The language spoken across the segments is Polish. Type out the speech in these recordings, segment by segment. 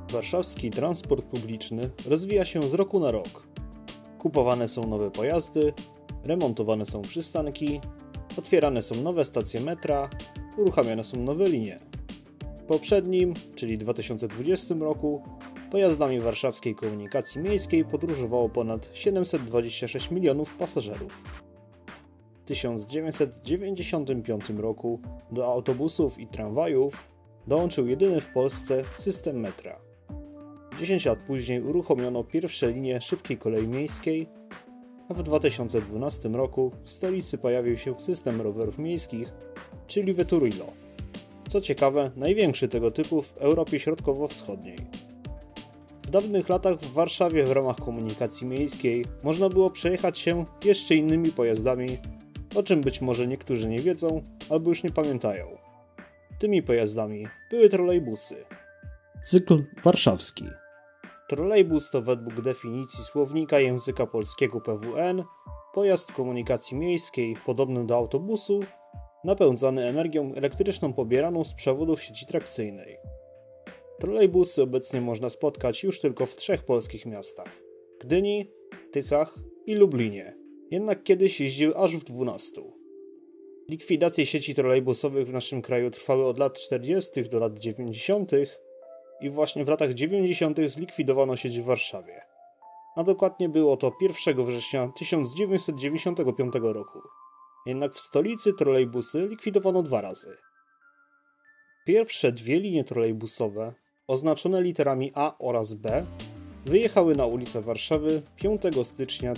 Warszawski transport publiczny rozwija się z roku na rok. Kupowane są nowe pojazdy, remontowane są przystanki, otwierane są nowe stacje metra, uruchamiane są nowe linie. W poprzednim, czyli 2020 roku, pojazdami warszawskiej komunikacji miejskiej podróżowało ponad 726 milionów pasażerów. W 1995 roku do autobusów i tramwajów dołączył jedyny w Polsce system metra. 10 lat później uruchomiono pierwsze linie szybkiej kolei miejskiej, a w 2012 roku w stolicy pojawił się system rowerów miejskich, czyli Veturillo. Co ciekawe, największy tego typu w Europie Środkowo-Wschodniej. W dawnych latach w Warszawie w ramach komunikacji miejskiej można było przejechać się jeszcze innymi pojazdami, o czym być może niektórzy nie wiedzą albo już nie pamiętają. Tymi pojazdami były trolejbusy. Cykl warszawski. Trolejbus to według definicji słownika języka polskiego PWN pojazd komunikacji miejskiej podobny do autobusu, napędzany energią elektryczną pobieraną z przewodów sieci trakcyjnej. Trolejbusy obecnie można spotkać już tylko w 3 polskich miastach: Gdyni, Tychach i Lublinie, jednak kiedyś jeździły aż w 12. Likwidacje sieci trolejbusowych w naszym kraju trwały od lat 40. do lat 90. i właśnie w latach 90. zlikwidowano sieć w Warszawie. A dokładnie było to 1 września 1995 roku. Jednak w stolicy trolejbusy likwidowano 2 razy. Pierwsze 2 linie trolejbusowe, oznaczone literami A oraz B, wyjechały na ulice Warszawy 5 stycznia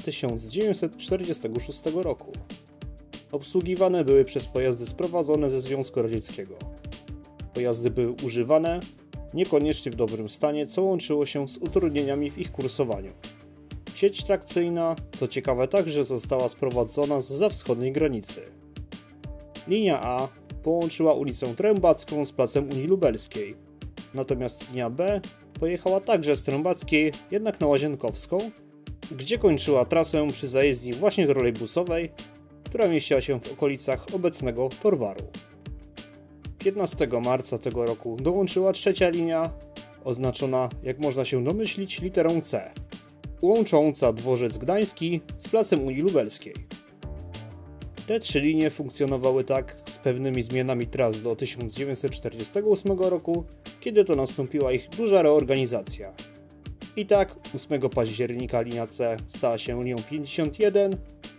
1946 roku. Obsługiwane były przez pojazdy sprowadzone ze Związku Radzieckiego. Pojazdy były używane, niekoniecznie w dobrym stanie, co łączyło się z utrudnieniami w ich kursowaniu. Sieć trakcyjna, co ciekawe, także została sprowadzona zza wschodniej granicy. Linia A połączyła ulicę Trębacką z placem Unii Lubelskiej, natomiast linia B pojechała także z Trębackiej, jednak na Łazienkowską, gdzie kończyła trasę przy zajezdni właśnie trolejbusowej, która mieściła się w okolicach obecnego Torwaru. 15 marca tego roku dołączyła 3. linia, oznaczona, jak można się domyślić, literą C, łącząca Dworzec Gdański z placem Unii Lubelskiej. Te 3 linie funkcjonowały tak z pewnymi zmianami tras do 1948 roku, kiedy to nastąpiła ich duża reorganizacja. I tak 8 października linia C stała się linią 51,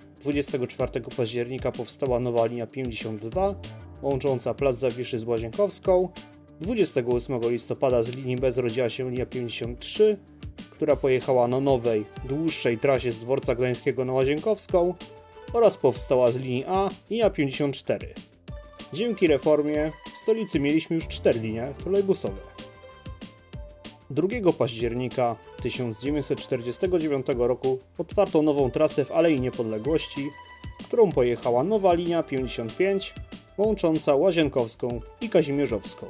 24 października powstała nowa linia 52, łącząca Plac Zawiszy z Łazienkowską, 28 listopada z linii B zrodziła się linia 53, która pojechała na nowej, dłuższej trasie z Dworca Gdańskiego na Łazienkowską, oraz powstała z linii A linia 54. Dzięki reformie w stolicy mieliśmy już 4 linie trolejbusowe. 2 października 1949 roku otwarto nową trasę w Alei Niepodległości, którą pojechała nowa linia 55, łącząca Łazienkowską i Kazimierzowską.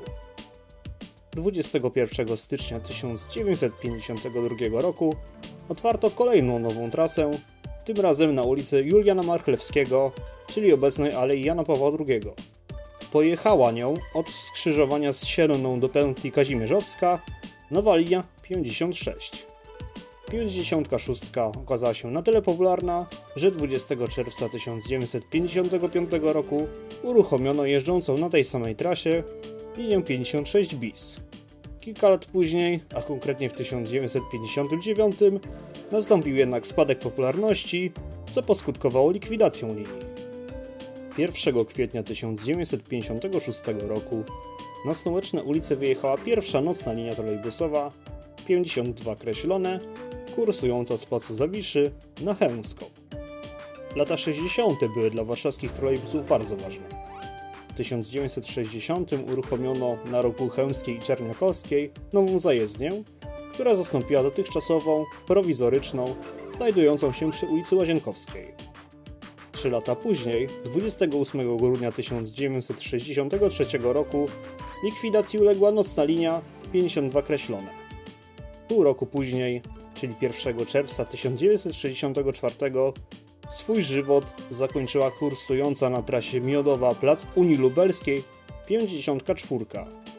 21 stycznia 1952 roku otwarto kolejną nową trasę, tym razem na ulicy Juliana Marchlewskiego, czyli obecnej Alei Jana Pawła II. Pojechała nią od skrzyżowania z Sienną do pętli Kazimierzowska nowa linia 56. 56 okazała się na tyle popularna, że 20 czerwca 1955 roku uruchomiono jeżdżącą na tej samej trasie linię 56 bis. Kilka lat później, a konkretnie w 1959, nastąpił jednak spadek popularności, co poskutkowało likwidacją linii. 1 kwietnia 1956 roku na Stołeczne ulice wyjechała pierwsza nocna linia trolejbusowa 52 kreślone, kursująca z placu Zawiszy na Chełmską. Lata 60. były dla warszawskich trolejbusów bardzo ważne. W 1960 uruchomiono na rogu Chełmskiej i Czerniakowskiej nową zajezdnię, która zastąpiła dotychczasową, prowizoryczną, znajdującą się przy ulicy Łazienkowskiej. 3 lata później, 28 grudnia 1963 roku, likwidacji uległa nocna linia 52 kreślone. Pół roku później, czyli 1 czerwca 1964, swój żywot zakończyła kursująca na trasie Miodowa Plac Unii Lubelskiej 54.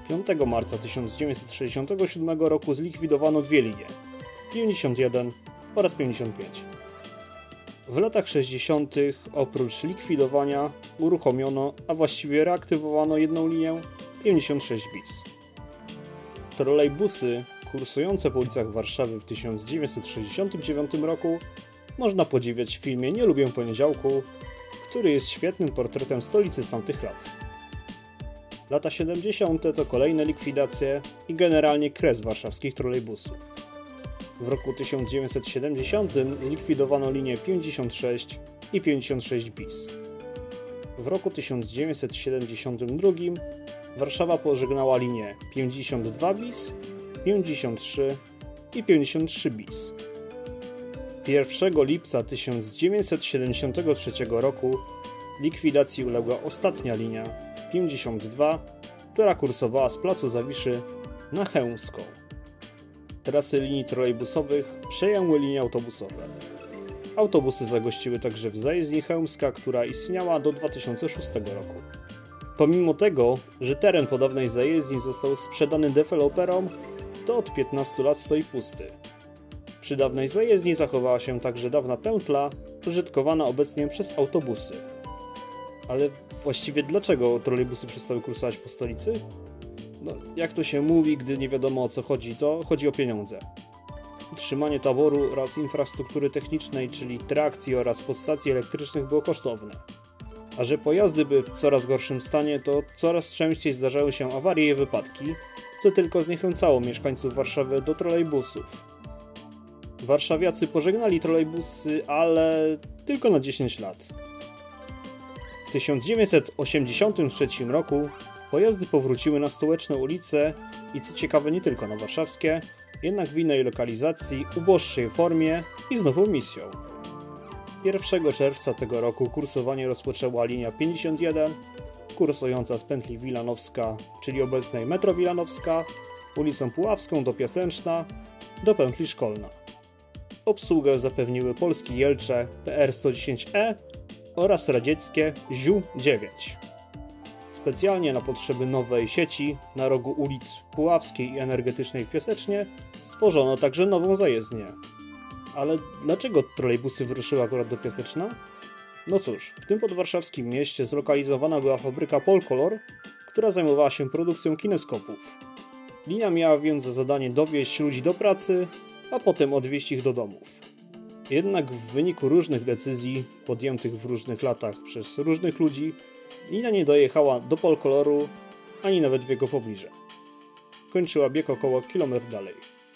5 marca 1967 roku zlikwidowano dwie linie, 51 oraz 55. W latach 60. oprócz likwidowania uruchomiono, a właściwie reaktywowano jedną linię, 56 bis. Trolejbusy kursujące po ulicach Warszawy w 1969 roku można podziwiać w filmie Nie lubię poniedziałku, który jest świetnym portretem stolicy z tamtych lat. Lata 70. to kolejne likwidacje i generalnie kres warszawskich trolejbusów. W roku 1970 zlikwidowano linie 56 i 56 bis. W roku 1972 Warszawa pożegnała linie 52 bis, 53 i 53 bis. 1 lipca 1973 roku likwidacji uległa ostatnia linia 52, która kursowała z placu Zawiszy na Chełmską. Trasy linii trolejbusowych przejęły linie autobusowe. Autobusy zagościły także w zajezdni Chełmska, która istniała do 2006 roku. Pomimo tego, że teren po dawnej zajezdni został sprzedany deweloperom, to od 15 lat stoi pusty. Przy dawnej zajezdni zachowała się także dawna pętla, użytkowana obecnie przez autobusy. Ale właściwie dlaczego trolejbusy przestały kursować po stolicy? No, jak to się mówi, gdy nie wiadomo o co chodzi, to chodzi o pieniądze. Utrzymanie taboru oraz infrastruktury technicznej, czyli trakcji oraz podstacji elektrycznych było kosztowne. A że pojazdy były w coraz gorszym stanie, to coraz częściej zdarzały się awarie i wypadki, co tylko zniechęcało mieszkańców Warszawy do trolejbusów. Warszawiacy pożegnali trolejbusy, ale tylko na 10 lat. W 1983 roku pojazdy powróciły na stołeczne ulice i co ciekawe nie tylko na warszawskie, jednak w innej lokalizacji, uboższej formie i z nową misją. 1 czerwca tego roku kursowanie rozpoczęła linia 51, kursująca z pętli Wilanowska, czyli obecnej Metro Wilanowska, ulicą Puławską do Piaseczna, do pętli Szkolna. Obsługę zapewniły polskie Jelcze PR-110E oraz radzieckie ZiU-9. Specjalnie na potrzeby nowej sieci na rogu ulic Puławskiej i Energetycznej w Piasecznie stworzono także nową zajezdnię. Ale dlaczego trolejbusy wyruszyły akurat do Piaseczna? No cóż, w tym podwarszawskim mieście zlokalizowana była fabryka Polkolor, która zajmowała się produkcją kineskopów. Linia miała więc za zadanie dowieźć ludzi do pracy, a potem odwieźć ich do domów. Jednak w wyniku różnych decyzji podjętych w różnych latach przez różnych ludzi, linia nie dojechała do Polkoloru, ani nawet w jego pobliże. Kończyła bieg około kilometr dalej.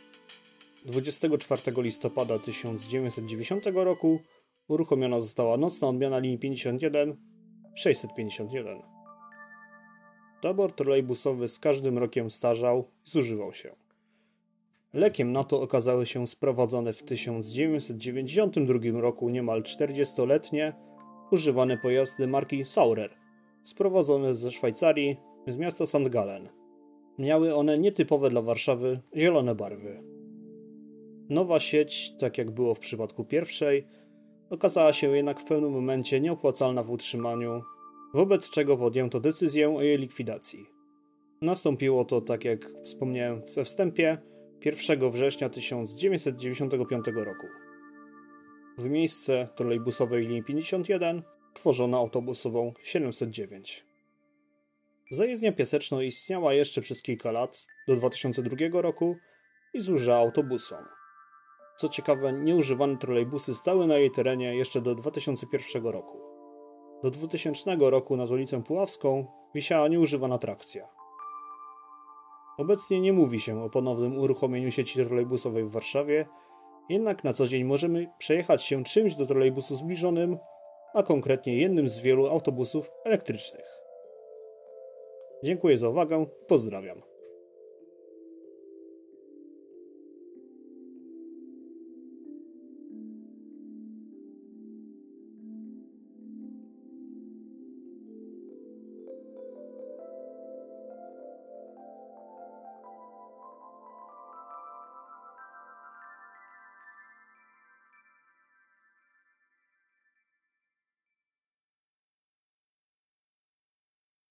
24 listopada 1990 roku uruchomiona została nocna odmiana linii 51 651. Tabor trolejbusowy z każdym rokiem starzał i zużywał się. Lekiem na to okazały się sprowadzone w 1992 roku niemal 40-letnie używane pojazdy marki Saurer, sprowadzone ze Szwajcarii z miasta St. Gallen. Miały one nietypowe dla Warszawy zielone barwy. Nowa sieć, tak jak było w przypadku pierwszej, okazała się jednak w pewnym momencie nieopłacalna w utrzymaniu, wobec czego podjęto decyzję o jej likwidacji. Nastąpiło to, tak jak wspomniałem we wstępie, 1 września 1995 roku. W miejsce trolejbusowej linii 51 tworzono autobusową 709. Zajezdnia Piaseczno istniała jeszcze przez kilka lat, do 2002 roku i służyła autobusom. Co ciekawe, nieużywane trolejbusy stały na jej terenie jeszcze do 2001 roku. Do 2000 roku nad ulicą Puławską wisiała nieużywana trakcja. Obecnie nie mówi się o ponownym uruchomieniu sieci trolejbusowej w Warszawie, jednak na co dzień możemy przejechać się czymś do trolejbusu zbliżonym, a konkretnie jednym z wielu autobusów elektrycznych. Dziękuję za uwagę, pozdrawiam.